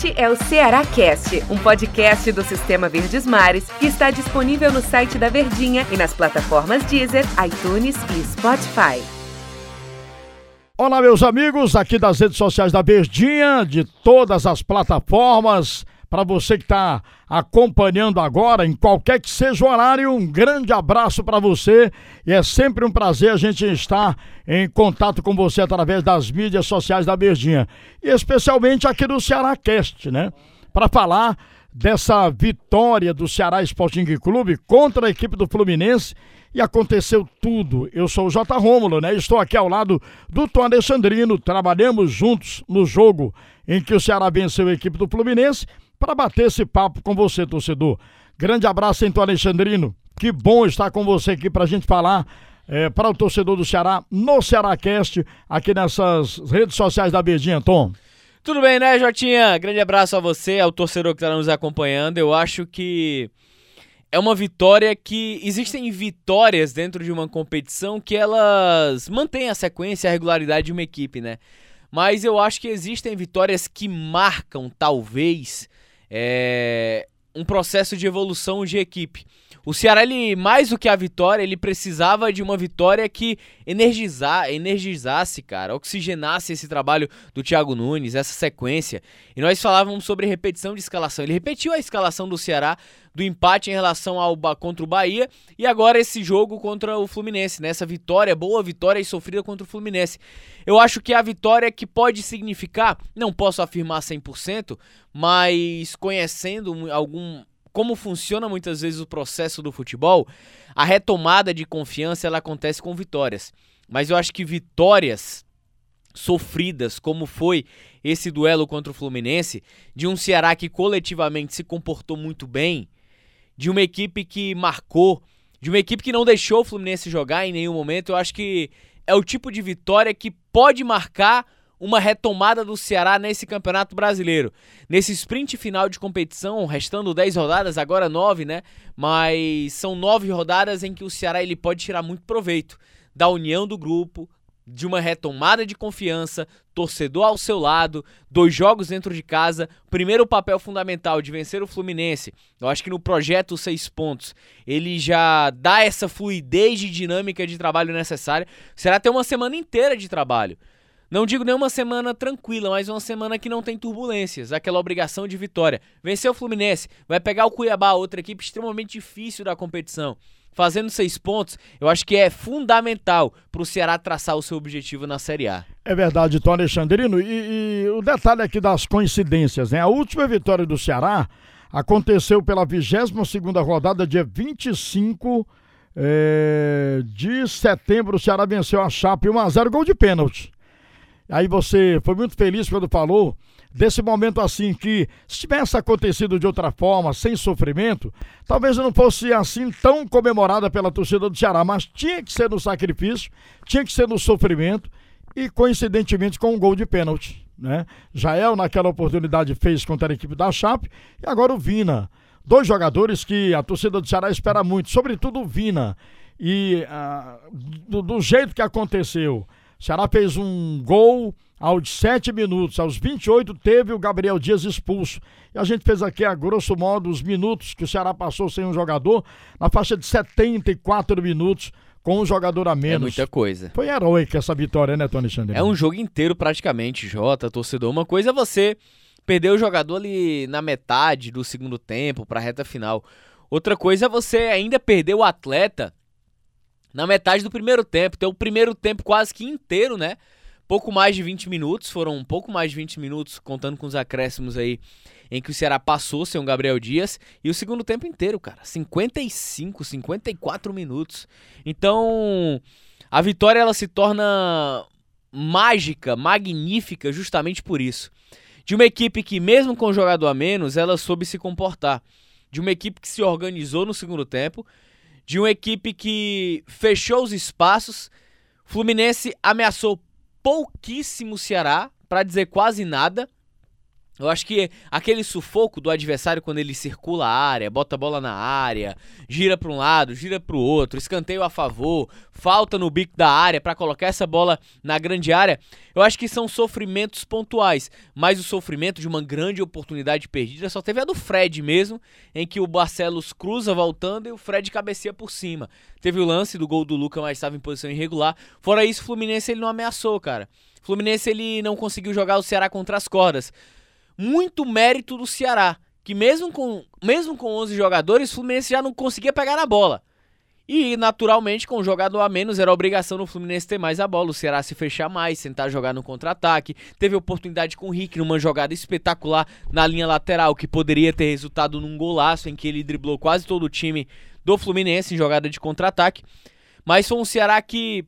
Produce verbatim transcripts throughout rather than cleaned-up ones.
Este é o Ceará Cast, um podcast do Sistema Verdes Mares que está disponível no site da Verdinha e nas plataformas Deezer, iTunes e Spotify. Olá, meus amigos, aqui das redes sociais da Verdinha, de todas as plataformas. Para você que está acompanhando agora, em qualquer que seja o horário, um grande abraço para você. E é sempre um prazer a gente estar em contato com você através das mídias sociais da Verdinha. E especialmente aqui do Ceará Cast, né? Para falar dessa vitória do Ceará Sporting Clube contra a equipe do Fluminense. E aconteceu tudo. Eu sou o J. Rômulo, né? Estou aqui ao lado do Tom Alexandrino. Trabalhamos juntos no jogo em que o Ceará venceu a equipe do Fluminense, para bater esse papo com você, torcedor. Grande abraço, hein, Tom Alexandrino. Que bom estar com você aqui para a gente falar é, para o torcedor do Ceará no Ceará Cast, aqui nessas redes sociais da Verdinha, Tom. Tudo bem, né, Jotinha? Grande abraço a você, ao torcedor que está nos acompanhando. Eu acho que é uma vitória que... Existem vitórias dentro de uma competição que elas mantêm a sequência e a regularidade de uma equipe, né? Mas eu acho que existem vitórias que marcam, talvez... É um processo de evolução de equipe. O Ceará, ele, mais do que a vitória, ele precisava de uma vitória que energizar, energizasse, cara, oxigenasse esse trabalho do Thiago Nunes, essa sequência. E nós falávamos sobre repetição de escalação. Ele repetiu a escalação do Ceará, do empate em relação ao contra o Bahia, e agora esse jogo contra o Fluminense, né? Essa vitória, boa vitória e sofrida contra o Fluminense. Eu acho que é a vitória que pode significar, não posso afirmar cem por cento, mas conhecendo algum... como funciona muitas vezes o processo do futebol, a retomada de confiança ela acontece com vitórias. Mas eu acho que vitórias sofridas, como foi esse duelo contra o Fluminense, de um Ceará que coletivamente se comportou muito bem, de uma equipe que marcou, de uma equipe que não deixou o Fluminense jogar em nenhum momento, eu acho que é o tipo de vitória que pode marcar uma retomada do Ceará nesse Campeonato Brasileiro. Nesse sprint final de competição, restando dez rodadas, agora nove, né? Mas são nove rodadas em que o Ceará ele pode tirar muito proveito da união do grupo, de uma retomada de confiança, torcedor ao seu lado, dois jogos dentro de casa, primeiro papel fundamental de vencer o Fluminense. Eu acho que no projeto seis pontos, ele já dá essa fluidez de dinâmica de trabalho necessária. O Ceará tem uma semana inteira de trabalho. Não digo nem uma semana tranquila, mas uma semana que não tem turbulências, aquela obrigação de vitória. Venceu o Fluminense, vai pegar o Cuiabá, outra equipe extremamente difícil da competição. Fazendo seis pontos, eu acho que é fundamental para o Ceará traçar o seu objetivo na Série A. É verdade, Tom Alexandrino, e, e o detalhe aqui das coincidências, né? A última vitória do Ceará aconteceu pela vigésima segunda rodada, dia vinte e cinco é, de setembro. O Ceará venceu a Chape um a zero, gol de pênalti. Aí você foi muito feliz quando falou desse momento assim que, se tivesse acontecido de outra forma, sem sofrimento, talvez não fosse assim tão comemorada pela torcida do Ceará, mas tinha que ser no sacrifício, tinha que ser no sofrimento e coincidentemente com um gol de pênalti, né? Jael naquela oportunidade fez contra a equipe da Chape e agora o Vina. Dois jogadores que a torcida do Ceará espera muito, sobretudo o Vina. E ah, do, do jeito que aconteceu, o Ceará fez um gol aos sete minutos, aos vinte e oito teve o Gabriel Dias expulso. E a gente fez aqui, a grosso modo, os minutos que o Ceará passou sem um jogador, na faixa de setenta e quatro minutos, com um jogador a menos. É muita coisa. Foi heróica essa vitória, né, Tony Alexandre? É um jogo inteiro praticamente, Jota, torcedor. Uma coisa é você perder o jogador ali na metade do segundo tempo, pra reta final. Outra coisa é você ainda perder o atleta na metade do primeiro tempo. Então o primeiro tempo quase que inteiro, né? Pouco mais de vinte minutos, foram um pouco mais de vinte minutos, contando com os acréscimos aí, em que o Ceará passou sem o Gabriel Dias. E o segundo tempo inteiro, cara, cinquenta e cinco, cinquenta e quatro minutos. Então, a vitória ela se torna mágica, magnífica, justamente por isso. De uma equipe que, mesmo com o jogador a menos, ela soube se comportar. De uma equipe que se organizou no segundo tempo, de uma equipe que fechou os espaços. Fluminense ameaçou pouquíssimo o Ceará, para dizer quase nada. Eu acho que aquele sufoco do adversário quando ele circula a área, bota a bola na área, gira para um lado, gira para o outro, escanteio a favor, falta no bico da área para colocar essa bola na grande área, eu acho que são sofrimentos pontuais, mas o sofrimento de uma grande oportunidade perdida só teve a do Fred mesmo, em que o Barcelos cruza voltando e o Fred cabeceia por cima. Teve o lance do gol do Luca, mas estava em posição irregular. Fora isso, o Fluminense ele não ameaçou, cara. O Fluminense ele não conseguiu jogar o Ceará contra as cordas. Muito mérito do Ceará, que mesmo com, mesmo com onze jogadores, o Fluminense já não conseguia pegar na bola. E, naturalmente, com um jogador a menos, era obrigação do Fluminense ter mais a bola, o Ceará se fechar mais, tentar jogar no contra-ataque. Teve oportunidade com o Rick numa jogada espetacular na linha lateral, que poderia ter resultado num golaço, em que ele driblou quase todo o time do Fluminense em jogada de contra-ataque. Mas foi um Ceará que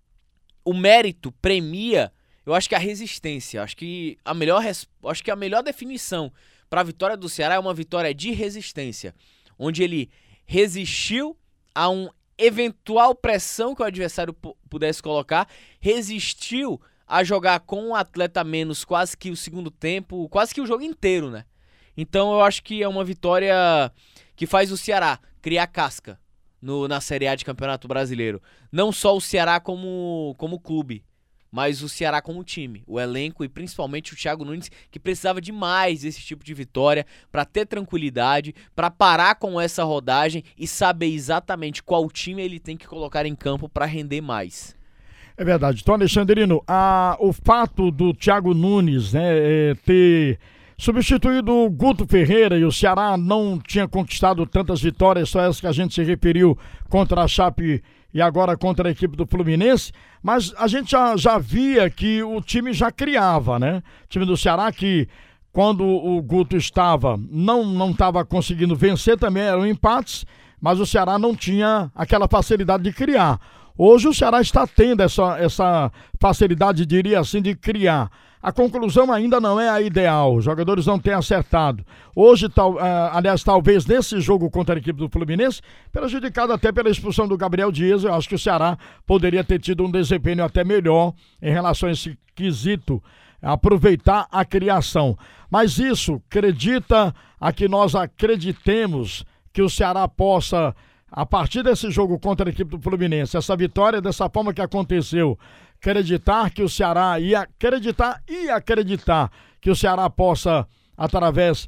o mérito premia, eu acho que a resistência, acho que a melhor, acho que a melhor definição para a vitória do Ceará é uma vitória de resistência, onde ele resistiu a uma eventual pressão que o adversário p- pudesse colocar, resistiu a jogar com um atleta a menos quase que o segundo tempo, quase que o jogo inteiro, né? Então eu acho que é uma vitória que faz o Ceará criar casca no, na Série A de Campeonato Brasileiro. Não só o Ceará como, como clube, mas o Ceará como time, o elenco e principalmente o Thiago Nunes, que precisava demais desse tipo de vitória para ter tranquilidade, para parar com essa rodagem e saber exatamente qual time ele tem que colocar em campo para render mais. É verdade. Então, Alexandrino, a, o fato do Thiago Nunes, né, é, ter substituído o Guto Ferreira e o Ceará não tinha conquistado tantas vitórias, só essas que a gente se referiu contra a Chape e agora contra a equipe do Fluminense, mas a gente já, já via que o time já criava, né? O time do Ceará que, quando o Guto estava, não não estava conseguindo vencer, também eram empates, mas o Ceará não tinha aquela facilidade de criar. Hoje o Ceará está tendo essa, essa facilidade, diria assim, de criar. A conclusão ainda não é a ideal, os jogadores não têm acertado. Hoje, tal, uh, aliás, talvez nesse jogo contra a equipe do Fluminense, prejudicado até pela expulsão do Gabriel Dias, eu acho que o Ceará poderia ter tido um desempenho até melhor em relação a esse quesito, aproveitar a criação. Mas isso, acredita a que nós acreditemos que o Ceará possa, a partir desse jogo contra a equipe do Fluminense, essa vitória dessa forma que aconteceu, acreditar que o Ceará ia acreditar e acreditar que o Ceará possa, através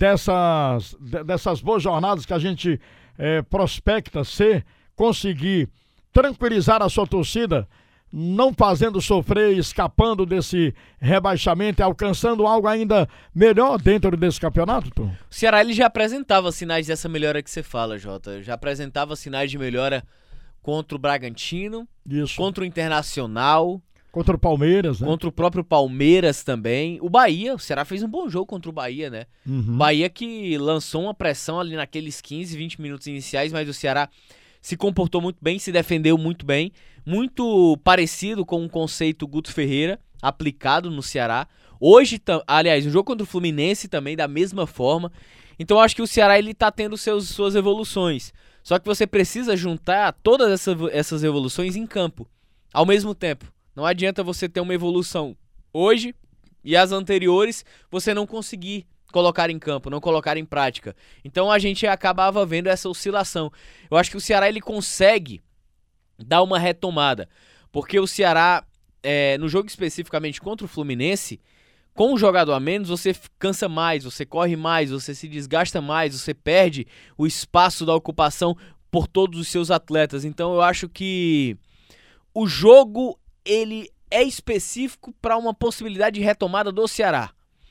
dessas, dessas boas jornadas que a gente é, prospecta ser, conseguir tranquilizar a sua torcida, não fazendo sofrer, escapando desse rebaixamento e alcançando algo ainda melhor dentro desse campeonato, Tom? O Ceará ele já apresentava sinais dessa melhora que você fala, Jota. Já apresentava sinais de melhora contra o Bragantino, Isso. contra o Internacional, contra o Palmeiras, né? Contra o próprio Palmeiras também. O Bahia, o Ceará fez um bom jogo contra o Bahia, né? Uhum. Bahia que lançou uma pressão ali naqueles quinze, vinte minutos iniciais, mas o Ceará se comportou muito bem, se defendeu muito bem, muito parecido com o conceito Guto Ferreira aplicado no Ceará. Hoje, aliás, o jogo contra o Fluminense também da mesma forma. Então eu acho que o Ceará ele tá tendo seus, suas evoluções. Só que você precisa juntar todas essa, essas evoluções em campo, ao mesmo tempo. Não adianta você ter uma evolução hoje e as anteriores você não conseguir colocar em campo, não colocar em prática. Então a gente acabava vendo essa oscilação. Eu acho que o Ceará ele consegue dar uma retomada, porque o Ceará, é, no jogo especificamente contra o Fluminense, com um jogador a menos, você cansa mais, você corre mais, você se desgasta mais, você perde o espaço da ocupação por todos os seus atletas. Então eu acho que o jogo ele é específico para uma possibilidade de retomada do Ceará.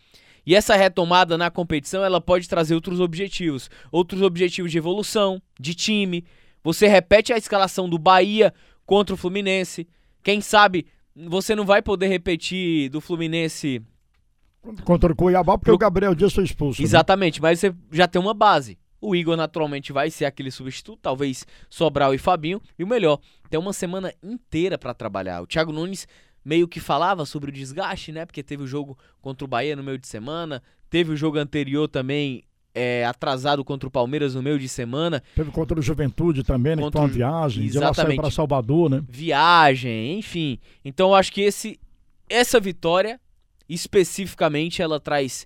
E essa retomada na competição ela pode trazer outros objetivos, outros objetivos de evolução, de time. Você repete a escalação do Bahia contra o Fluminense. Quem sabe você não vai poder repetir do Fluminense contra o Cuiabá, porque Pro... o Gabriel Dias foi expulso. Exatamente, né? Mas você já tem uma base. O Igor naturalmente vai ser aquele substituto, talvez Sobral e Fabinho. E o melhor, tem uma semana inteira para trabalhar. O Thiago Nunes meio que falava sobre o desgaste, né? Porque teve o jogo contra o Bahia no meio de semana, teve o jogo anterior também é, atrasado contra o Palmeiras no meio de semana. Teve contra o Juventude também, né? Contra... Que foi uma viagem, Exatamente. De lá saiu para Salvador, né? Viagem, enfim. Então eu acho que esse, essa vitória especificamente ela traz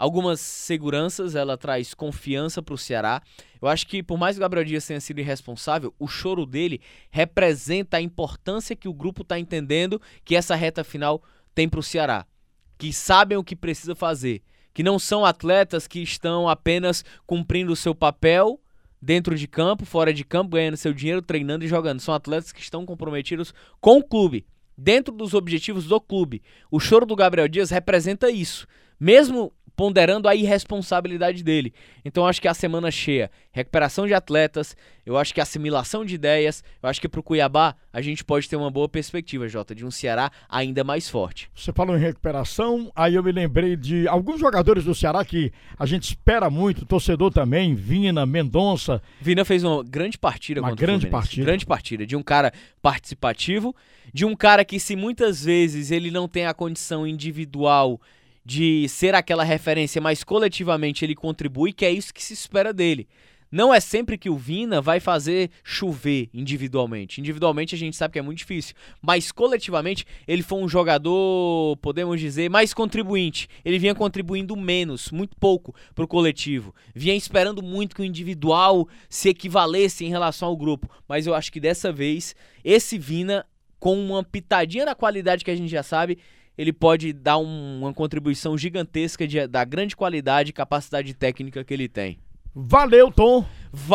algumas seguranças, ela traz confiança para o Ceará. Eu acho que, por mais que o Gabriel Dias tenha sido irresponsável, o choro dele representa a importância que o grupo está entendendo que essa reta final tem para o Ceará. Que sabem o que precisa fazer. Que não são atletas que estão apenas cumprindo o seu papel dentro de campo, fora de campo, ganhando seu dinheiro, treinando e jogando. São atletas que estão comprometidos com o clube, dentro dos objetivos do clube. O choro do Gabriel Dias representa isso, mesmo ponderando a irresponsabilidade dele. Então eu acho que a semana cheia, recuperação de atletas, eu acho que assimilação de ideias, eu acho que pro Cuiabá a gente pode ter uma boa perspectiva, Jota, de um Ceará ainda mais forte. Você falou em recuperação, aí eu me lembrei de alguns jogadores do Ceará que a gente espera muito, torcedor também, Vina, Mendonça. Vina fez uma grande partida uma contra grande o Fluminense. partida. Grande partida, de um cara participativo, de um cara que se muitas vezes ele não tem a condição individual de ser aquela referência, mas coletivamente ele contribui, que é isso que se espera dele. Não é sempre que o Vina vai fazer chover individualmente. Individualmente a gente sabe que é muito difícil, mas coletivamente ele foi um jogador, podemos dizer, mais contribuinte. Ele vinha contribuindo menos, muito pouco para o coletivo. Vinha esperando muito que o individual se equivalesse em relação ao grupo. Mas eu acho que dessa vez, esse Vina, com uma pitadinha da qualidade que a gente já sabe, ele pode dar um, uma contribuição gigantesca de, da grande qualidade e capacidade técnica que ele tem. Valeu, Tom.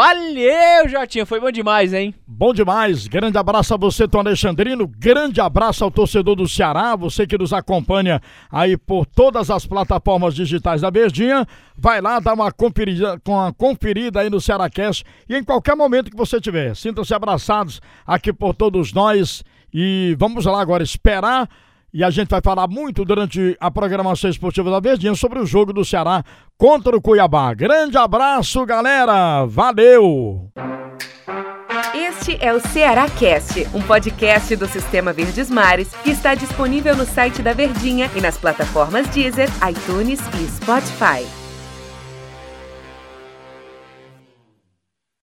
Valeu, Jotinha. Foi bom demais, hein? Bom demais. Grande abraço a você, Tom Alexandrino. Grande abraço ao torcedor do Ceará. Você que nos acompanha aí por todas as plataformas digitais da Verdinha. Vai lá dar uma conferida, uma conferida aí no CearáCast. E em qualquer momento que você tiver, sintam-se abraçados aqui por todos nós. E vamos lá agora esperar. E a gente vai falar muito durante a programação esportiva da Verdinha sobre o jogo do Ceará contra o Cuiabá. Grande abraço, galera! Valeu! Este é o CearáCast, um podcast do Sistema Verdes Mares que está disponível no site da Verdinha e nas plataformas Deezer, iTunes e Spotify.